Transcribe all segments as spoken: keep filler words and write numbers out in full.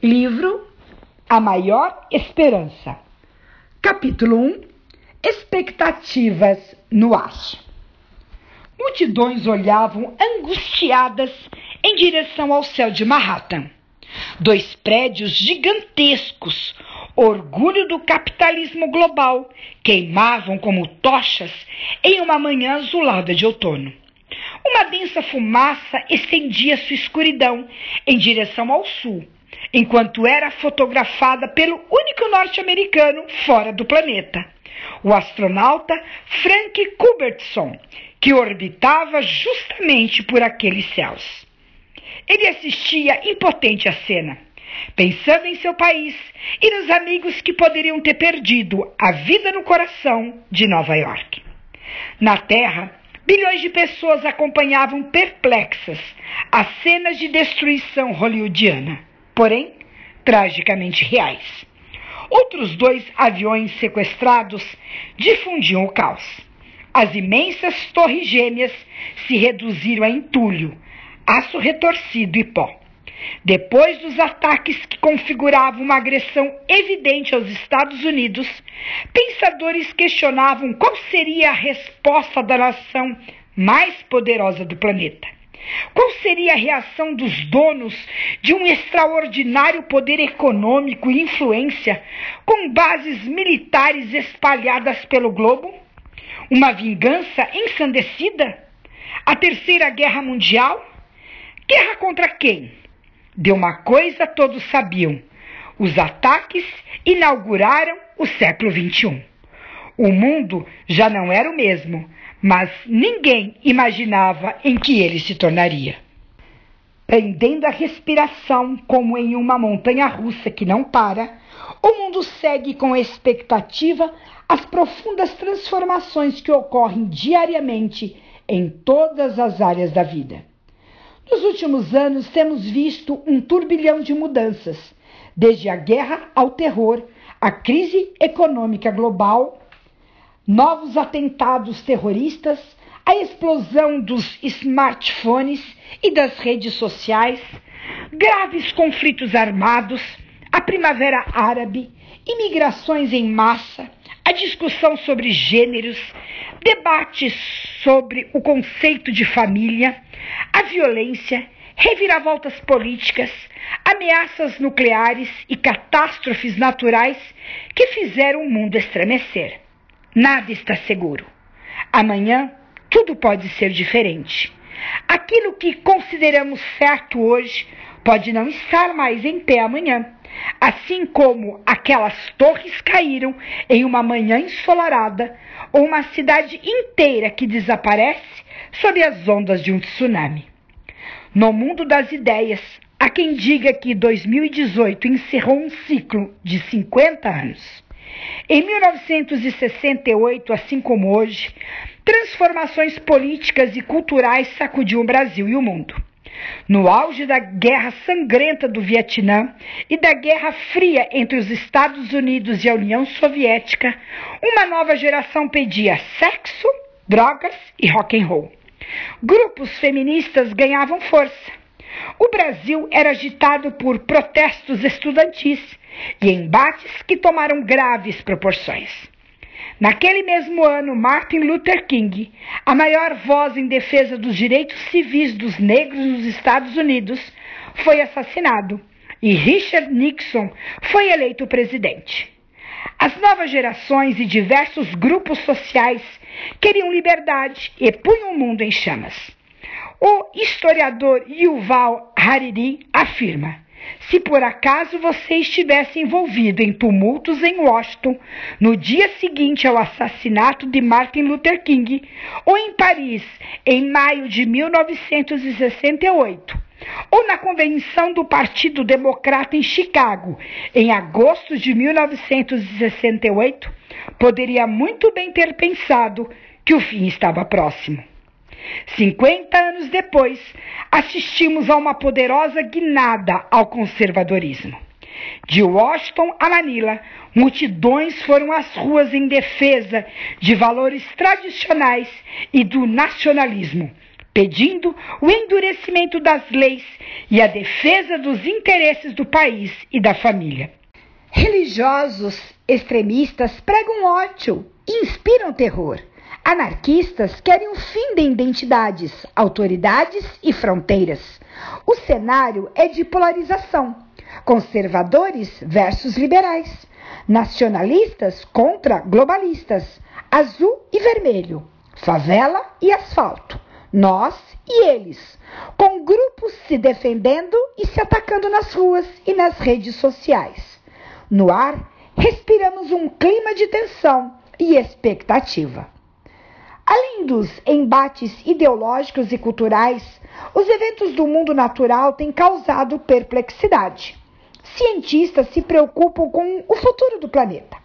Livro A Maior Esperança. Capítulo um. Expectativas no ar. Multidões olhavam angustiadas em direção ao céu de Manhattan. Dois prédios gigantescos, orgulho do capitalismo global, queimavam como tochas em uma manhã azulada de outono. Uma densa fumaça estendia sua escuridão em direção ao sul, enquanto era fotografada pelo único norte-americano fora do planeta, o astronauta Frank Culbertson, que orbitava justamente por aqueles céus. Ele assistia impotente à cena, pensando em seu país e nos amigos que poderiam ter perdido a vida no coração de Nova York. Na Terra, bilhões de pessoas acompanhavam perplexas as cenas de destruição hollywoodiana, porém tragicamente reais. Outros dois aviões sequestrados difundiam o caos. As imensas torres gêmeas se reduziram a entulho, aço retorcido e pó. Depois dos ataques que configuravam uma agressão evidente aos Estados Unidos, pensadores questionavam qual seria a resposta da nação mais poderosa do planeta. Qual seria a reação dos donos de um extraordinário poder econômico e influência com bases militares espalhadas pelo globo? Uma vingança ensandecida? A Terceira Guerra Mundial? Guerra contra quem? De uma coisa todos sabiam: os ataques inauguraram o século vinte e um. O mundo já não era o mesmo, mas ninguém imaginava em que ele se tornaria. Prendendo a respiração como em uma montanha-russa que não para, o mundo segue com expectativa as profundas transformações que ocorrem diariamente em todas as áreas da vida. Nos últimos anos, temos visto um turbilhão de mudanças, desde a guerra ao terror, a crise econômica global, novos atentados terroristas, a explosão dos smartphones e das redes sociais, graves conflitos armados, a primavera árabe, imigrações em massa, a discussão sobre gêneros, debates sobre o conceito de família, a violência, reviravoltas políticas, ameaças nucleares e catástrofes naturais que fizeram o mundo estremecer. Nada está seguro. Amanhã, tudo pode ser diferente. Aquilo que consideramos certo hoje pode não estar mais em pé amanhã, assim como aquelas torres caíram em uma manhã ensolarada ou uma cidade inteira que desaparece sob as ondas de um tsunami. No mundo das ideias, há quem diga que dois mil e dezoito encerrou um ciclo de cinquenta anos. Em mil novecentos e sessenta e oito, assim como hoje, transformações políticas e culturais sacudiam o Brasil e o mundo. No auge da Guerra Sangrenta do Vietnã e da Guerra Fria entre os Estados Unidos e a União Soviética, uma nova geração pedia sexo, drogas e rock and roll. Grupos feministas ganhavam força. O Brasil era agitado por protestos estudantis e embates que tomaram graves proporções. Naquele mesmo ano, Martin Luther King, a maior voz em defesa dos direitos civis dos negros nos Estados Unidos, foi assassinado e Richard Nixon foi eleito presidente. As novas gerações e diversos grupos sociais queriam liberdade e punham o mundo em chamas. O historiador Yuval Harari afirma: se por acaso você estivesse envolvido em tumultos em Washington no dia seguinte ao assassinato de Martin Luther King, ou em Paris em maio de mil novecentos e sessenta e oito, ou na convenção do Partido Democrata em Chicago em agosto de mil novecentos e sessenta e oito, poderia muito bem ter pensado que o fim estava próximo. cinquenta anos depois, assistimos a uma poderosa guinada ao conservadorismo. De Washington a Manila, multidões foram às ruas em defesa de valores tradicionais e do nacionalismo, pedindo o endurecimento das leis e a defesa dos interesses do país e da família. Religiosos extremistas pregam ódio e inspiram terror. Anarquistas querem o fim de identidades, autoridades e fronteiras. O cenário é de polarização. Conservadores versus liberais. Nacionalistas contra globalistas. Azul e vermelho. Favela e asfalto. Nós e eles. Com grupos se defendendo e se atacando nas ruas e nas redes sociais. No ar, respiramos um clima de tensão e expectativa. Além dos embates ideológicos e culturais, os eventos do mundo natural têm causado perplexidade. Cientistas se preocupam com o futuro do planeta.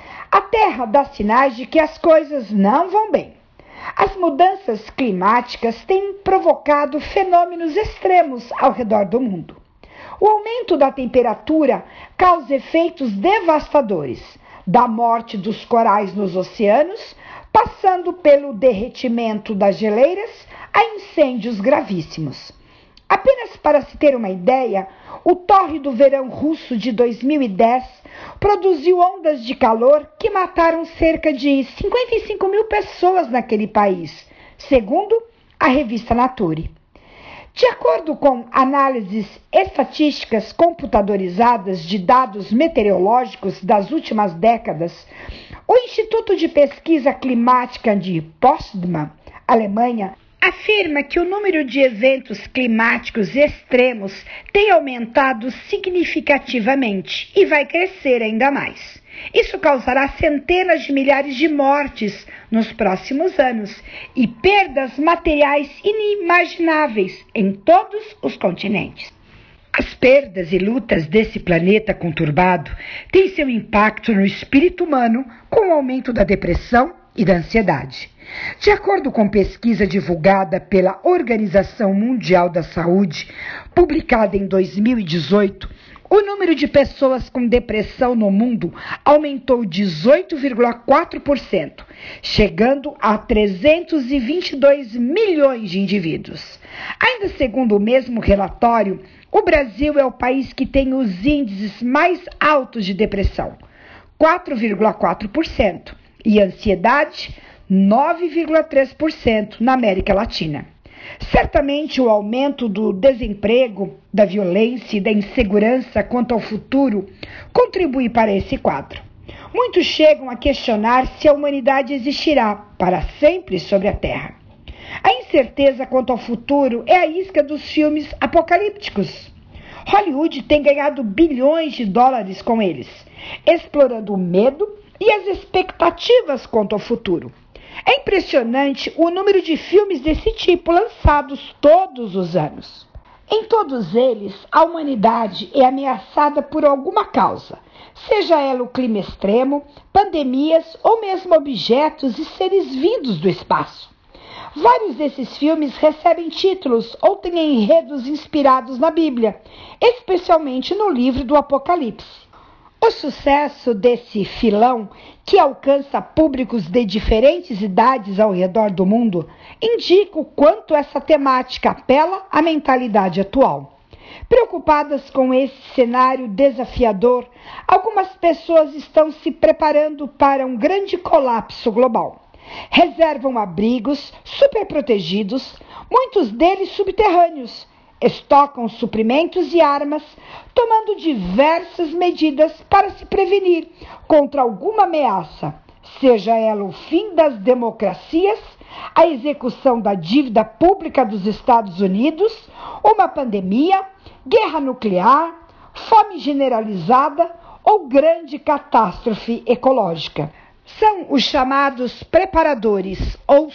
A Terra dá sinais de que as coisas não vão bem. As mudanças climáticas têm provocado fenômenos extremos ao redor do mundo. O aumento da temperatura causa efeitos devastadores, da morte dos corais nos oceanos, passando pelo derretimento das geleiras a incêndios gravíssimos. Apenas para se ter uma ideia, o tórrido verão russo de dois mil e dez produziu ondas de calor que mataram cerca de cinquenta e cinco mil pessoas naquele país, segundo a revista Nature. De acordo com análises estatísticas computadorizadas de dados meteorológicos das últimas décadas, o Instituto de Pesquisa Climática de Potsdam, Alemanha, afirma que o número de eventos climáticos extremos tem aumentado significativamente e vai crescer ainda mais. Isso causará centenas de milhares de mortes nos próximos anos e perdas materiais inimagináveis em todos os continentes. As perdas e lutas desse planeta conturbado têm seu impacto no espírito humano com o aumento da depressão e da ansiedade. De acordo com pesquisa divulgada pela Organização Mundial da Saúde, publicada em dois mil e dezoito, o número de pessoas com depressão no mundo aumentou dezoito vírgula quatro por cento, chegando a trezentos e vinte e dois milhões de indivíduos. Ainda segundo o mesmo relatório, o Brasil é o país que tem os índices mais altos de depressão, quatro vírgula quatro por cento, e ansiedade, nove vírgula três por cento na América Latina. Certamente o aumento do desemprego, da violência e da insegurança quanto ao futuro contribui para esse quadro. Muitos chegam a questionar se a humanidade existirá para sempre sobre a Terra. A incerteza quanto ao futuro é a isca dos filmes apocalípticos. Hollywood tem ganhado bilhões de dólares com eles, explorando o medo e as expectativas quanto ao futuro. É impressionante o número de filmes desse tipo lançados todos os anos. Em todos eles, a humanidade é ameaçada por alguma causa, seja ela o clima extremo, pandemias ou mesmo objetos e seres vindos do espaço. Vários desses filmes recebem títulos ou têm enredos inspirados na Bíblia, especialmente no livro do Apocalipse. O sucesso desse filão, que alcança públicos de diferentes idades ao redor do mundo, indica o quanto essa temática apela à mentalidade atual. Preocupadas com esse cenário desafiador, algumas pessoas estão se preparando para um grande colapso global. Reservam abrigos superprotegidos, muitos deles subterrâneos, estocam suprimentos e armas, tomando diversas medidas para se prevenir contra alguma ameaça, seja ela o fim das democracias, a execução da dívida pública dos Estados Unidos, uma pandemia, guerra nuclear, fome generalizada ou grande catástrofe ecológica. São os chamados preparadores ou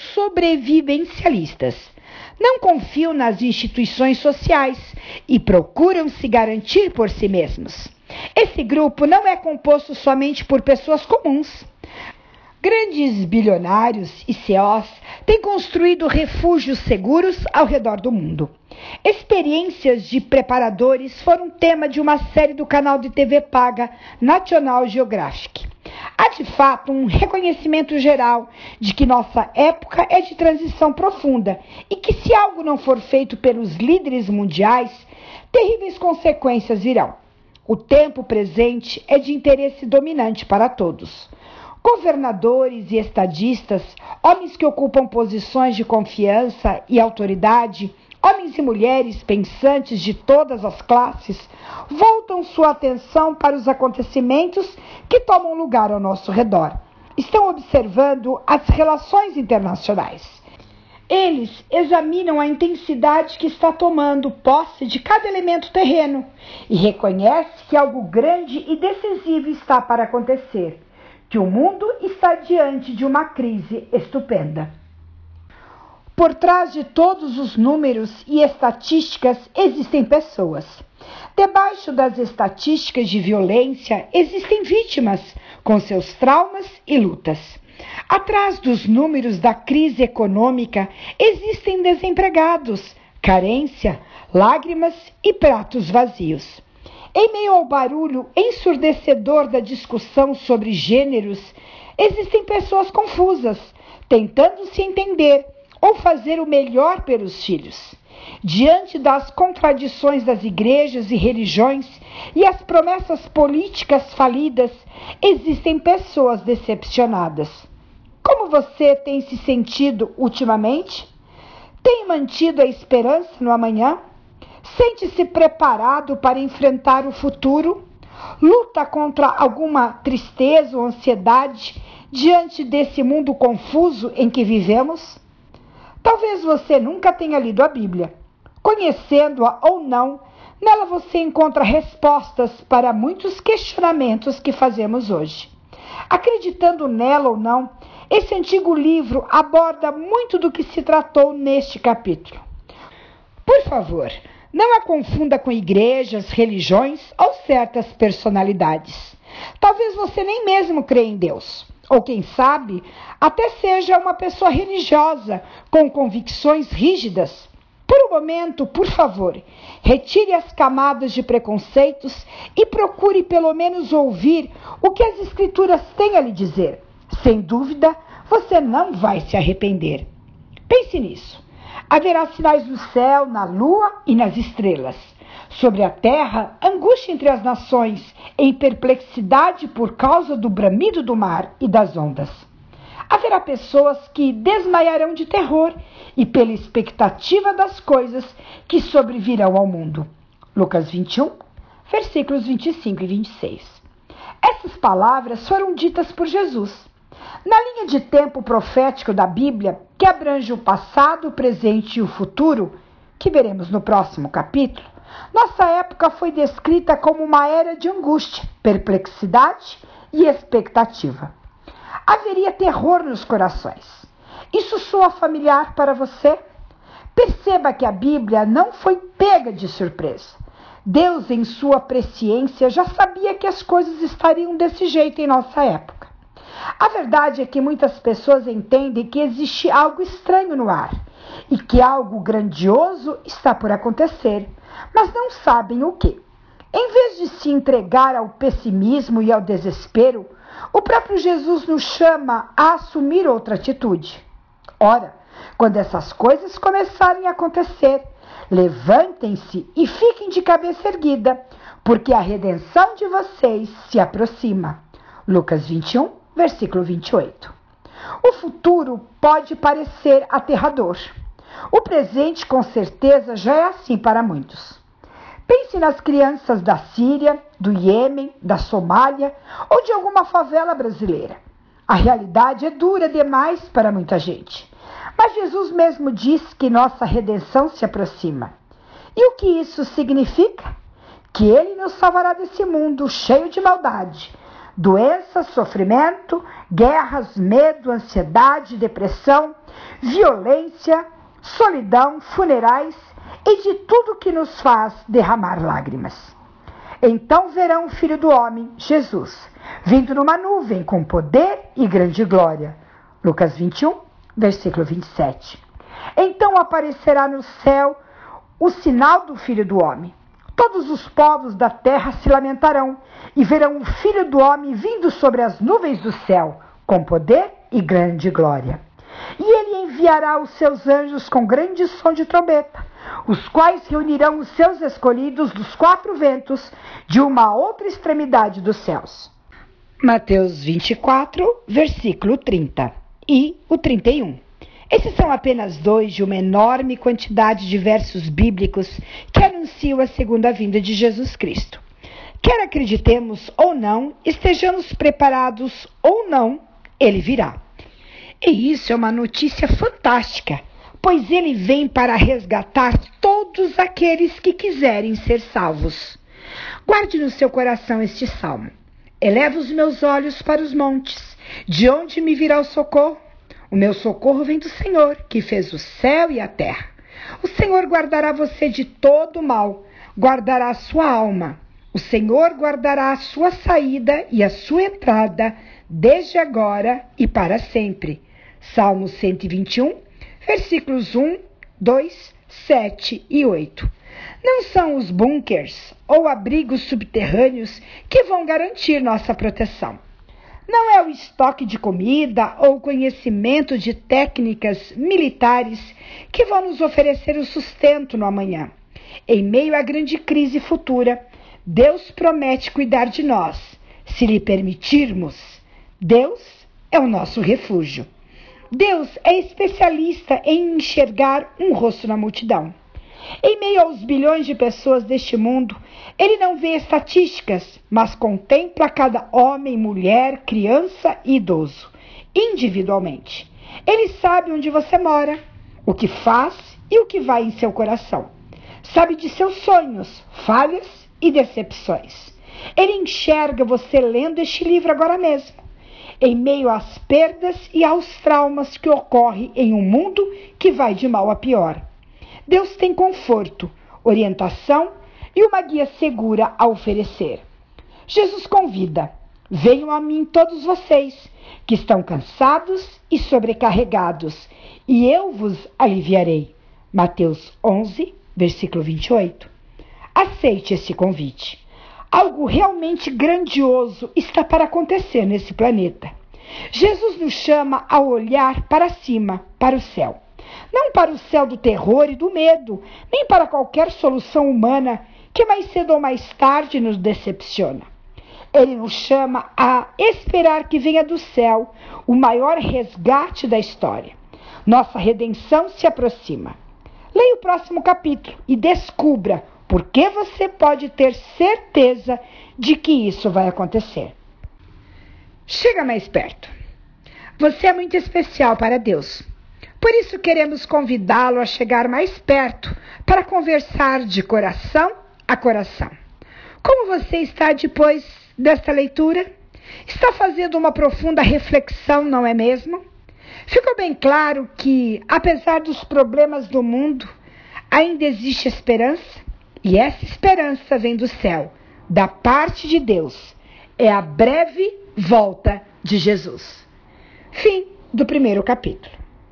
sobrevivencialistas. Não confiam nas instituições sociais e procuram se garantir por si mesmos. Esse grupo não é composto somente por pessoas comuns. Grandes bilionários e C E Os têm construído refúgios seguros ao redor do mundo. Experiências de preparadores foram tema de uma série do canal de T V paga National Geographic. Há de fato um reconhecimento geral de que nossa época é de transição profunda e que, se algo não for feito pelos líderes mundiais, terríveis consequências virão. O tempo presente é de interesse dominante para todos. Governadores e estadistas, homens que ocupam posições de confiança e autoridade, homens e mulheres pensantes de todas as classes, voltam sua atenção para os acontecimentos que tomam lugar ao nosso redor. Estão observando as relações internacionais. Eles examinam a intensidade que está tomando posse de cada elemento terreno e reconhecem que algo grande e decisivo está para acontecer, que o mundo está diante de uma crise estupenda. Por trás de todos os números e estatísticas existem pessoas. Debaixo das estatísticas de violência existem vítimas com seus traumas e lutas. Atrás dos números da crise econômica existem desempregados, carência, lágrimas e pratos vazios. Em meio ao barulho ensurdecedor da discussão sobre gêneros, existem pessoas confusas, tentando se entender ou fazer o melhor pelos filhos. Diante das contradições das igrejas e religiões e as promessas políticas falidas, existem pessoas decepcionadas. Como você tem se sentido ultimamente? Tem mantido a esperança no amanhã? Sente-se preparado para enfrentar o futuro? Luta contra alguma tristeza ou ansiedade diante desse mundo confuso em que vivemos? Talvez você nunca tenha lido a Bíblia. Conhecendo-a ou não, nela você encontra respostas para muitos questionamentos que fazemos hoje. Acreditando nela ou não, esse antigo livro aborda muito do que se tratou neste capítulo. Por favor, não a confunda com igrejas, religiões ou certas personalidades. Talvez você nem mesmo creia em Deus. Ou quem sabe, até seja uma pessoa religiosa com convicções rígidas. Por um momento, por favor, retire as camadas de preconceitos e procure pelo menos ouvir o que as Escrituras têm a lhe dizer. Sem dúvida, você não vai se arrepender. Pense nisso. Haverá sinais no céu, na lua e nas estrelas. Sobre a terra, angústia entre as nações, em perplexidade por causa do bramido do mar e das ondas. Haverá pessoas que desmaiarão de terror e pela expectativa das coisas que sobrevirão ao mundo. Lucas vinte e um, versículos vinte e cinco e vinte e seis. Essas palavras foram ditas por Jesus. Na linha de tempo profético da Bíblia, que abrange o passado, o presente e o futuro, que veremos no próximo capítulo, nossa época foi descrita como uma era de angústia, perplexidade e expectativa. Haveria terror nos corações. Isso soa familiar para você? Perceba que a Bíblia não foi pega de surpresa. Deus, em sua presciência, já sabia que as coisas estariam desse jeito em nossa época. A verdade é que muitas pessoas entendem que existe algo estranho no ar e que algo grandioso está por acontecer, mas não sabem o que. Em vez de se entregar ao pessimismo e ao desespero, o próprio Jesus nos chama a assumir outra atitude. Ora, quando essas coisas começarem a acontecer, levantem-se e fiquem de cabeça erguida, porque a redenção de vocês se aproxima. Lucas vinte e um, versículo vinte e oito. O futuro pode parecer aterrador. O presente, com certeza, já é assim para muitos. Pense nas crianças da Síria, do Iêmen, da Somália ou de alguma favela brasileira. A realidade é dura demais para muita gente. Mas Jesus mesmo diz que nossa redenção se aproxima. E o que isso significa? Que Ele nos salvará desse mundo cheio de maldade, doença, sofrimento, guerras, medo, ansiedade, depressão, violência, solidão, funerais e de tudo que nos faz derramar lágrimas. Então verão o Filho do Homem, Jesus, vindo numa nuvem com poder e grande glória. Lucas vinte e um, versículo vinte e sete. Então aparecerá no céu o sinal do Filho do Homem. Todos os povos da terra se lamentarão e verão o Filho do Homem vindo sobre as nuvens do céu, com poder e grande glória. E ele enviará os seus anjos com grande som de trombeta, os quais reunirão os seus escolhidos dos quatro ventos de uma outra extremidade dos céus. Mateus vinte e quatro, versículo trinta e o trinta e um. Esses são apenas dois de uma enorme quantidade de versos bíblicos que anunciam a segunda vinda de Jesus Cristo. Quer acreditemos ou não, estejamos preparados ou não, ele virá. E isso é uma notícia fantástica, pois ele vem para resgatar todos aqueles que quiserem ser salvos. Guarde no seu coração este salmo. Eleva os meus olhos para os montes, de onde me virá o socorro? O meu socorro vem do Senhor, que fez o céu e a terra. O Senhor guardará você de todo mal, guardará a sua alma. O Senhor guardará a sua saída e a sua entrada, desde agora e para sempre. Salmo cento e vinte e um, versículos um, dois, sete e oito. Não são os bunkers ou abrigos subterrâneos que vão garantir nossa proteção. Não é o estoque de comida ou o conhecimento de técnicas militares que vão nos oferecer o sustento no amanhã. Em meio à grande crise futura, Deus promete cuidar de nós, se lhe permitirmos. Deus é o nosso refúgio. Deus é especialista em enxergar um rosto na multidão. Em meio aos bilhões de pessoas deste mundo, ele não vê estatísticas, mas contempla cada homem, mulher, criança e idoso, individualmente. Ele sabe onde você mora, o que faz e o que vai em seu coração. Sabe de seus sonhos, falhas e decepções. Ele enxerga você lendo este livro agora mesmo, em meio às perdas e aos traumas que ocorrem em um mundo que vai de mal a pior. Deus tem conforto, orientação e uma guia segura a oferecer. Jesus convida: venham a mim todos vocês que estão cansados e sobrecarregados, e eu vos aliviarei. Mateus onze, versículo vinte e oito. Aceite esse convite. Algo realmente grandioso está para acontecer nesse planeta. Jesus nos chama a olhar para cima, para o céu. Não para o céu do terror e do medo, nem para qualquer solução humana que mais cedo ou mais tarde nos decepciona. Ele nos chama a esperar que venha do céu o maior resgate da história. Nossa redenção se aproxima. Leia o próximo capítulo e descubra por que você pode ter certeza de que isso vai acontecer. Chega mais perto. Você é muito especial para Deus. Por isso queremos convidá-lo a chegar mais perto para conversar de coração a coração. Como você está depois desta leitura? Está fazendo uma profunda reflexão, não é mesmo? Ficou bem claro que, apesar dos problemas do mundo, ainda existe esperança? E essa esperança vem do céu, da parte de Deus. É a breve volta de Jesus. Fim do primeiro capítulo.